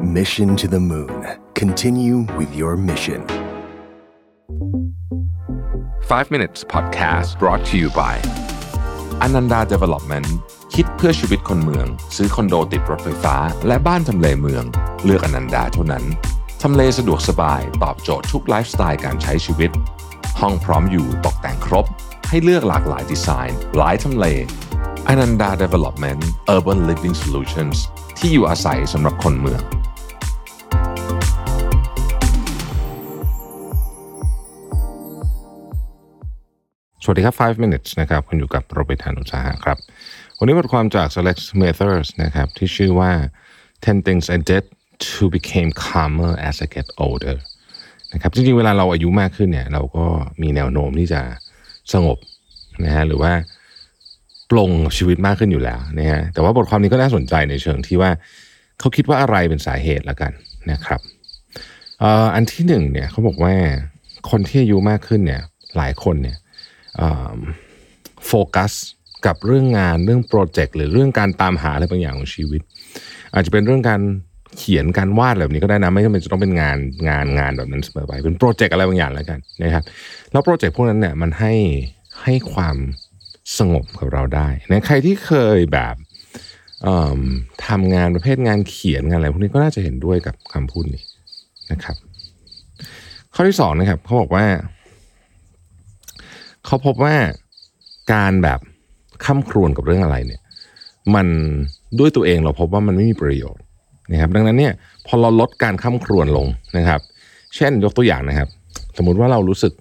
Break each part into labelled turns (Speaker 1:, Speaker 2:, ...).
Speaker 1: Mission to the Moon. Continue with your mission.
Speaker 2: 5 minutes podcast brought to you by Ananda Development คิดเพื่อชีวิตคนเมืองซื้อคอนโดติดรถไฟฟ้าและบ้านทำเลเมืองเลือก Ananda เท่านั้นทำเลสะดวกสบายตอบโจทย์ทุกไลฟ์สไตล์การใช้ชีวิตห้องพร้อมอยู่ตกแต่งครบให้เลือกหลากหลายดีไซน์หลายทำเล Ananda Development Urban Living Solutions ที่อยู่อาศัยสำหรับคนเมืองสวัสดีครับ 5 minutes นะครับคุณอยู่กับโรเบิร์ต หาญอุตสาหะครับวันนี้บทความจาก Alex Mathers นะครับที่ชื่อว่า 10 things I did to become calmer as I get older นะครับจริงๆเวลาเราอายุมากขึ้นเนี่ยเราก็มีแนวโน้มที่จะสงบนะฮะหรือว่าปลงชีวิตมากขึ้นอยู่แล้วนะฮะแต่ว่าบทความนี้ก็น่าสนใจในเชิงที่ว่าเขาคิดว่าอะไรเป็นสาเหตุละกันนะครับอันที่หนึ่งเนี่ยเขาบอกว่าคนที่อายุมากขึ้นเนี่ยหลายคนเนี่ยโฟกัสกับเรื่องงานเรื่องโปรเจกต์หรือเรื่องการตามหาอะไรบางอย่างของชีวิตอาจจะเป็นเรื่องการเขียนการวาดแบบนี้ก็ได้นะไม่จำเป็นจะต้องเป็นงานแบบนั้นเสมอไปเป็นโปรเจกต์อะไรบางอย่างแล้วกันนะครับแล้วโปรเจกต์พวกนั้นเนี่ยมันให้ความสงบกับเราได้นะใครที่เคยแบบทำงานประเภทงานเขียนงานอะไรพวกนี้ก็น่าจะเห็นด้วยกับคำพูดนี้นะครับข้อที่สองนะครับเขาบอกว่าเขาพบว่าการแบบค่ำครวญกับเรื่องอะไรเนี่ยมันด้วยตัวเองเราพบว่ามันไม่มีประโยชน์นะครับดังนั้นเนี่ยพอเราลดการค่ำครวญลงนะครับเช่นยกตัวอย่างนะครับสมมุติว่าเรารู้สึก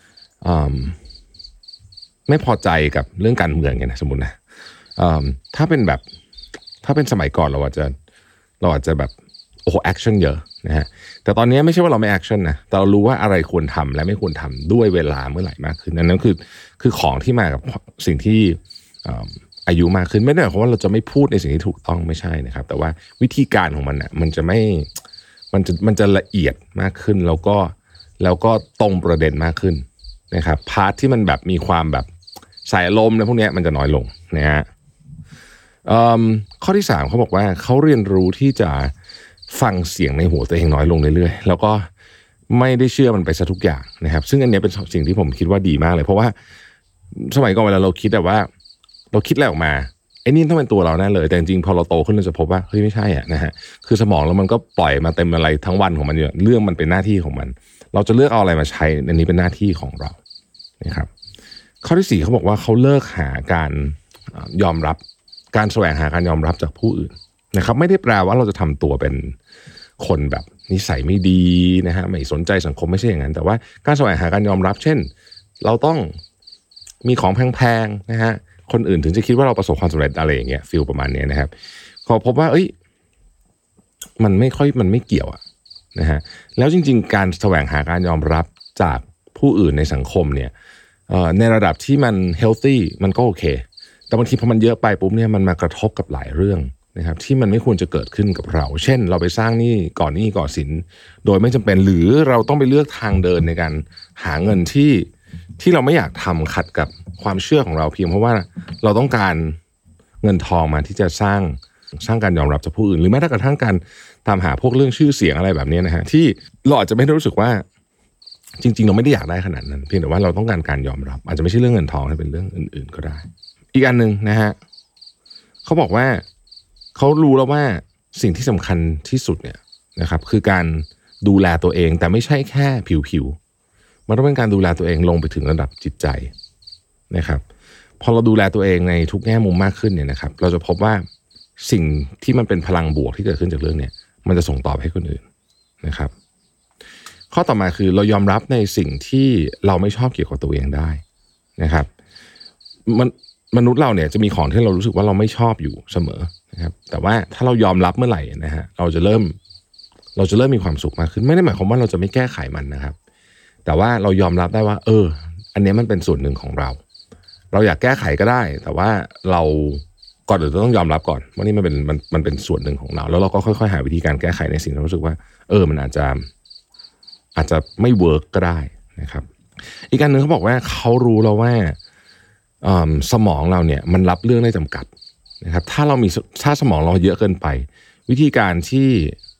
Speaker 2: ไม่พอใจกับเรื่องการเมืองเนี่ยนะสมมุตินะถ้าเป็นสมัยก่อนเราอาจจะแบบโอ้โหแอคชั่นเยอะนะฮะแต่ตอนนี้ไม่ใช่ว่าเราไม่แอคชั่นนะแต่เรารู้ว่าอะไรควรทำและไม่ควรทำด้วยเวลาเมื่อไหร่มากขึ้นนั่นคือของที่มากับสิ่งที่อายุมากขึ้นไม่ได้หมายความว่าเราจะไม่พูดในสิ่งที่ถูกต้องไม่ใช่นะครับแต่ว่าวิธีการของมันน่ะมันจะละเอียดมากขึ้นแล้วก็ตรงประเด็นมากขึ้นนะครับพาร์ทที่มันแบบมีความแบบใส่อารมณ์อะไรพวกนี้มันจะน้อยลงนะฮะข้อที่3เขาบอกว่าเขาเรียนรู้ที่จะฟังเสียงในหัวตัวเองน้อยลงเรื่อยๆแล้วก็ไม่ได้เชื่อมันไปซะทุกอย่างนะครับซึ่งอันนี้เป็นสิ่งที่ผมคิดว่าดีมากเลยเพราะว่าสมัยก่อนเวลาเราคิดแบบว่าเราคิดอะไรออกมาไอ้นี่ต้องเป็นตัวเราแน่เลยแต่จริงๆพอเราโตขึ้นเราจะพบว่าเฮ้ยไม่ใช่อ่ะนะฮะคือสมองแล้วมันก็ปล่อยมาเต็มอะไรทั้งวันของมันอยู่เรื่องมันเป็นหน้าที่ของมันเราจะเลือกเอาอะไรมาใช้อันนี้เป็นหน้าที่ของเรานะครับข้อที่4เขาบอกว่าเขาเลิกหาการยอมรับการแสวงหาการยอมรับจากผู้อื่นนะครับไม่ได้แปลว่าเราจะทำตัวเป็นคนแบบนิสัยไม่ดีนะฮะไม่สนใจสังคมไม่ใช่อย่างนั้นแต่ว่าการแสวงหาการยอมรับเช่นเราต้องมีของแพงๆนะฮะคนอื่นถึงจะคิดว่าเราประสบความสำเร็จอะไรอย่างเงี้ยฟีลประมาณนี้นะครับพอพบว่ามันไม่เกี่ยวอะนะฮะแล้วจริงๆการแสวงหาการยอมรับจากผู้อื่นในสังคมเนี่ยในระดับที่มันเฮลตี้มันก็โอเคแต่บางทีพอมันเยอะไปปุ๊บเนี่ยมันมากระทบกับหลายเรื่องนะครับที่มันไม่ควรจะเกิดขึ้นกับเราเช่นเราไปสร้างหนี้ก่อสินโดยไม่จำเป็นหรือเราต้องไปเลือกทางเดินในการหาเงินที่เราไม่อยากทำขัดกับความเชื่อของเราเพียงเพราะว่าเราต้องการเงินทองมาที่จะสร้างการยอมรับจากผู้อื่นหรือแม้แต่กระทั่งการตามหาพวกเรื่องชื่อเสียงอะไรแบบนี้นะฮะที่เราอาจจะไม่ได้รู้สึกว่าจริงๆเราไม่ได้อยากได้ขนาดนั้นเพียงแต่ว่าเราต้องการยอมรับอาจจะไม่ใช่เรื่องเงินทองแต่เป็นเรื่องอื่นๆก็ได้อีกอันนึงนะฮะเขาบอกว่าเขารู้แล้วว่าสิ่งที่สำคัญที่สุดเนี่ยนะครับคือการดูแลตัวเองแต่ไม่ใช่แค่ผิวมันต้องเป็นการดูแลตัวเองลงไปถึงระดับจิตใจนะครับพอเราดูแลตัวเองในทุกแง่มุมมากขึ้นเนี่ยนะครับเราจะพบว่าสิ่งที่มันเป็นพลังบวกที่เกิดขึ้นจากเรื่องเนี่ยมันจะส่งต่อให้คนอื่นนะครับข้อต่อมาคือเรายอมรับในสิ่งที่เราไม่ชอบเกี่ยวกับตัวเองได้นะครับมนุษย์เราเนี่ยจะมีของที่เรารู้สึกว่าเราไม่ชอบอยู่เสมอนะครับแต่ว่าถ้าเรายอมรับเมื่อไหร่นะฮะเราจะเริ่มมีความสุขมากขึ้นไม่ได้หมายความว่าเราจะไม่แก้ไขมันนะครับแต่ว่าเรายอมรับได้ว่าอันนี้มันเป็นส่วนหนึ่งของเราอยากแก้ไขก็ได้แต่ว่าเราก่อนอื่นต้องยอมรับก่อนว่านี่มันเป็นส่วนหนึ่งของเราแล้วเราก็ค่อยๆหาวิธีการแก้ไขในสิ่งที่เรารู้สึกว่ามันอาจจะไม่เวิร์กก็ได้นะครับอีกอันนึงเขาบอกว่าเขารู้แล้วว่าสมองเราเนี่ยมันรับเรื่องได้จำกัดนะครับถ้าสมองเราเยอะเกินไปวิธีการที่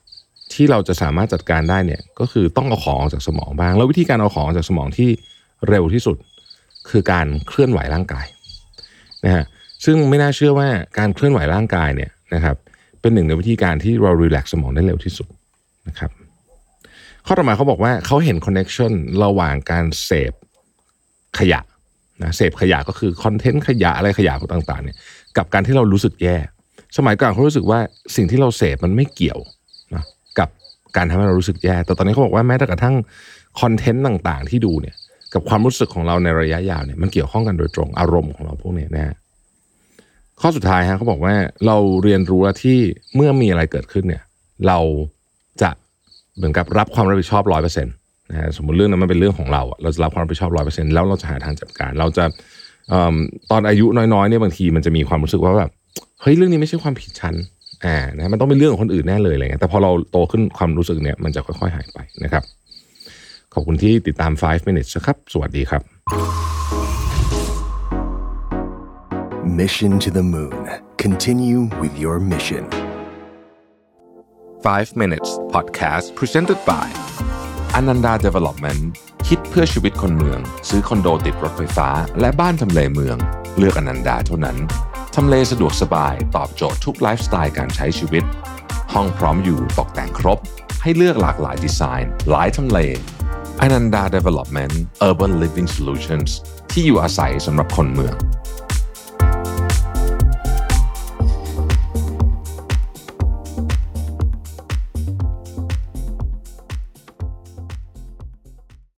Speaker 2: ที่เราจะสามารถจัดการได้เนี่ยก็คือต้องเอาของออกจากสมองบ้างแล้ววิธีการเอาของออกจากสมองที่เร็วที่สุดคือการเคลื่อนไหวร่างกายนะฮะซึ่งไม่น่าเชื่อว่าการเคลื่อนไหวร่างกายเนี่ยนะครับเป็นหนึ่งในวิธีการที่เรารีแลกซ์สมองได้เร็วที่สุดนะครับข้อต่อมาเขาบอกว่าเขาเห็นคอนเนคชั่นระหว่างการเสพขยะนะเสพขยะก็คือคอนเทนต์ขยะอะไรขยะพวกต่างๆเนี่ยกับการที่เรารู้สึกแย่สมัยก่อนเขารู้สึกว่าสิ่งที่เราเสพมันไม่เกี่ยวนะกับการทำให้เรารู้สึกแย่แต่ตอนนี้เขาบอกว่าแม้แต่กระทั่งคอนเทนต์ต่างๆที่ดูเนี่ยกับความรู้สึกของเราในระยะยาวเนี่ยมันเกี่ยวข้องกันโดยตรงอารมณ์ของเราพวกนี้นะข้อสุดท้ายฮะเขาบอกว่าเราเรียนรู้แล้วที่เมื่อมีอะไรเกิดขึ้นเนี่ยเราจะเหมือนกับรับความรับผิดชอบ 100%นะฮะสมมุติเรื่องนั้นมันเป็นเรื่องของเราเราจะรับความรับผิดชอบ 100% แล้วเราจะหาทางจัดการเราจะตอนอายุน้อยๆเนี่ยบางทีมันจะมีความรู้สึกว่าแบบเฮ้ยเรื่องนี้ไม่ใช่ความผิดฉันนะมันต้องเป็นเรื่องของคนอื่นแน่เลยอะไรเงี้ยแต่พอเราโตขึ้นความรู้สึกเนี่ยมันจะค่อยๆหายไปนะครับขอบคุณที่ติดตาม 5 minutes นะครับสวัสดีครับ
Speaker 1: Mission to the Moon. Continue with your mission.
Speaker 2: 5 minutes podcast presented by Ananda Development คิดเพื่อชีวิตคนเมืองซื้อคอนโดติดรถไฟฟ้าและบ้านทำเลเมืองเลือก Ananda เท่านั้นทำเลสะดวกสบายตอบโจทย์ทุกไลฟ์สไตล์การใช้ชีวิตห้องพร้อมอยู่ตกแต่งครบให้เลือกหลากหลายดีไซน์หลายทำเล Ananda Development Urban Living Solutions ที่อยู่อาศัยสำหรับคนเมือง